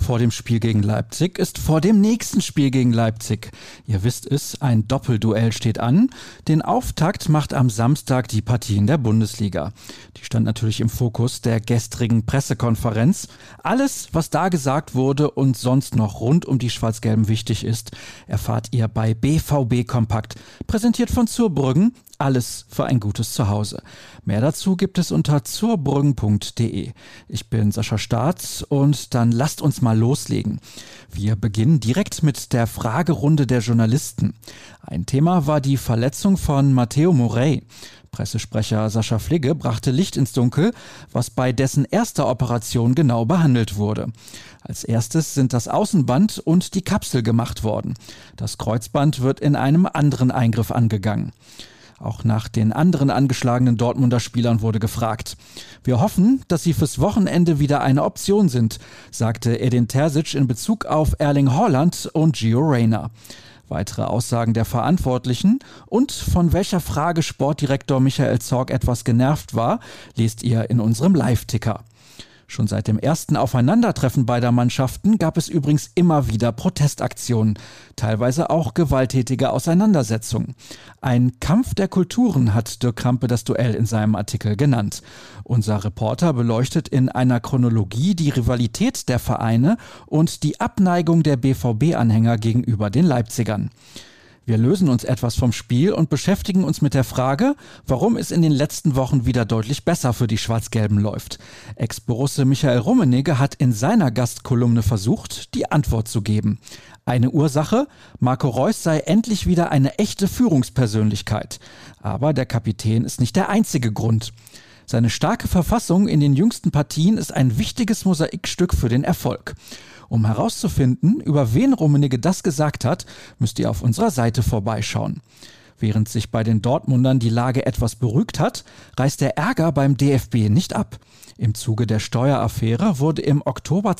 vor dem Spiel gegen Leipzig ist vor dem nächsten Spiel gegen Leipzig. Ihr wisst es, ein Doppelduell steht an. Den Auftakt macht am Samstag die Partie in der Bundesliga. Die stand natürlich im Fokus der gestrigen Pressekonferenz. Alles, was da gesagt wurde und sonst noch rund um die Schwarz-Gelben wichtig ist, erfahrt ihr bei BVB Kompakt. Präsentiert von Zurbrüggen. Alles für ein gutes Zuhause. Mehr dazu gibt es unter zurbrüggen.de. Ich bin Sascha Staats und dann lasst uns mal loslegen. Wir beginnen direkt mit der Fragerunde der Journalisten. Ein Thema war die Verletzung von Matteo Morey. Pressesprecher Sascha Fligge brachte Licht ins Dunkel, was bei dessen erster Operation genau behandelt wurde. Als erstes sind das Außenband und die Kapsel gemacht worden. Das Kreuzband wird in einem anderen Eingriff angegangen. Auch nach den anderen angeschlagenen Dortmunder Spielern wurde gefragt. Wir hoffen, dass sie fürs Wochenende wieder eine Option sind, sagte Edin Terzic in Bezug auf Erling Haaland und Gio Reyna. Weitere Aussagen der Verantwortlichen und von welcher Frage Sportdirektor Michael Zorc etwas genervt war, lest ihr in unserem Live-Ticker. Schon seit dem ersten Aufeinandertreffen beider Mannschaften gab es übrigens immer wieder Protestaktionen, teilweise auch gewalttätige Auseinandersetzungen. Ein Kampf der Kulturen hat Dirk Krampe das Duell in seinem Artikel genannt. Unser Reporter beleuchtet in einer Chronologie die Rivalität der Vereine und die Abneigung der BVB-Anhänger gegenüber den Leipzigern. Wir lösen uns etwas vom Spiel und beschäftigen uns mit der Frage, warum es in den letzten Wochen wieder deutlich besser für die Schwarz-Gelben läuft. Ex-Borusse Michael Rummenigge hat in seiner Gastkolumne versucht, die Antwort zu geben. Eine Ursache? Marco Reus sei endlich wieder eine echte Führungspersönlichkeit. Aber der Kapitän ist nicht der einzige Grund. Seine starke Verfassung in den jüngsten Partien ist ein wichtiges Mosaikstück für den Erfolg. Um herauszufinden, über wen Rummenigge das gesagt hat, müsst ihr auf unserer Seite vorbeischauen. Während sich bei den Dortmundern die Lage etwas beruhigt hat, reißt der Ärger beim DFB nicht ab. Im Zuge der Steueraffäre wurde im Oktober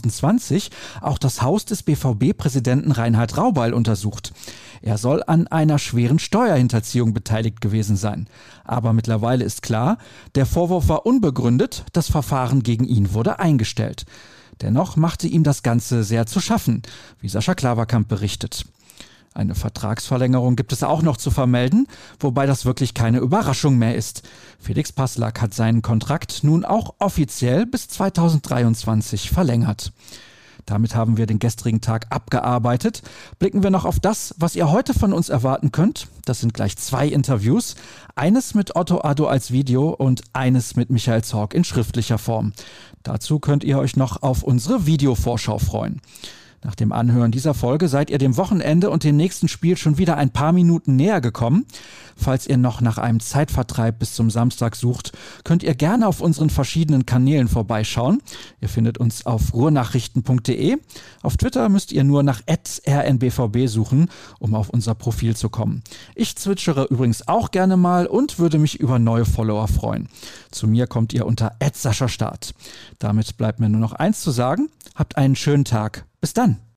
2020 auch das Haus des BVB-Präsidenten Reinhard Raubeil untersucht. Er soll an einer schweren Steuerhinterziehung beteiligt gewesen sein. Aber mittlerweile ist klar, der Vorwurf war unbegründet, das Verfahren gegen ihn wurde eingestellt. Dennoch machte ihm das Ganze sehr zu schaffen, wie Sascha Klaverkamp berichtet. Eine Vertragsverlängerung gibt es auch noch zu vermelden, wobei das wirklich keine Überraschung mehr ist. Felix Passlack hat seinen Kontrakt nun auch offiziell bis 2023 verlängert. Damit haben wir den gestrigen Tag abgearbeitet. Blicken wir noch auf das, was ihr heute von uns erwarten könnt. Das sind gleich 2 Interviews. Eines mit Otto Addo als Video und eines mit Michael Zorc in schriftlicher Form. Dazu könnt ihr euch noch auf unsere Videovorschau freuen. Nach dem Anhören dieser Folge seid ihr dem Wochenende und dem nächsten Spiel schon wieder ein paar Minuten näher gekommen. Falls ihr noch nach einem Zeitvertreib bis zum Samstag sucht, könnt ihr gerne auf unseren verschiedenen Kanälen vorbeischauen. Ihr findet uns auf ruhrnachrichten.de. Auf Twitter müsst ihr nur nach @rnbvb suchen, um auf unser Profil zu kommen. Ich zwitschere übrigens auch gerne mal und würde mich über neue Follower freuen. Zu mir kommt ihr unter @SaschaStart. Damit bleibt mir nur noch eins zu sagen. Habt einen schönen Tag. Bis dann.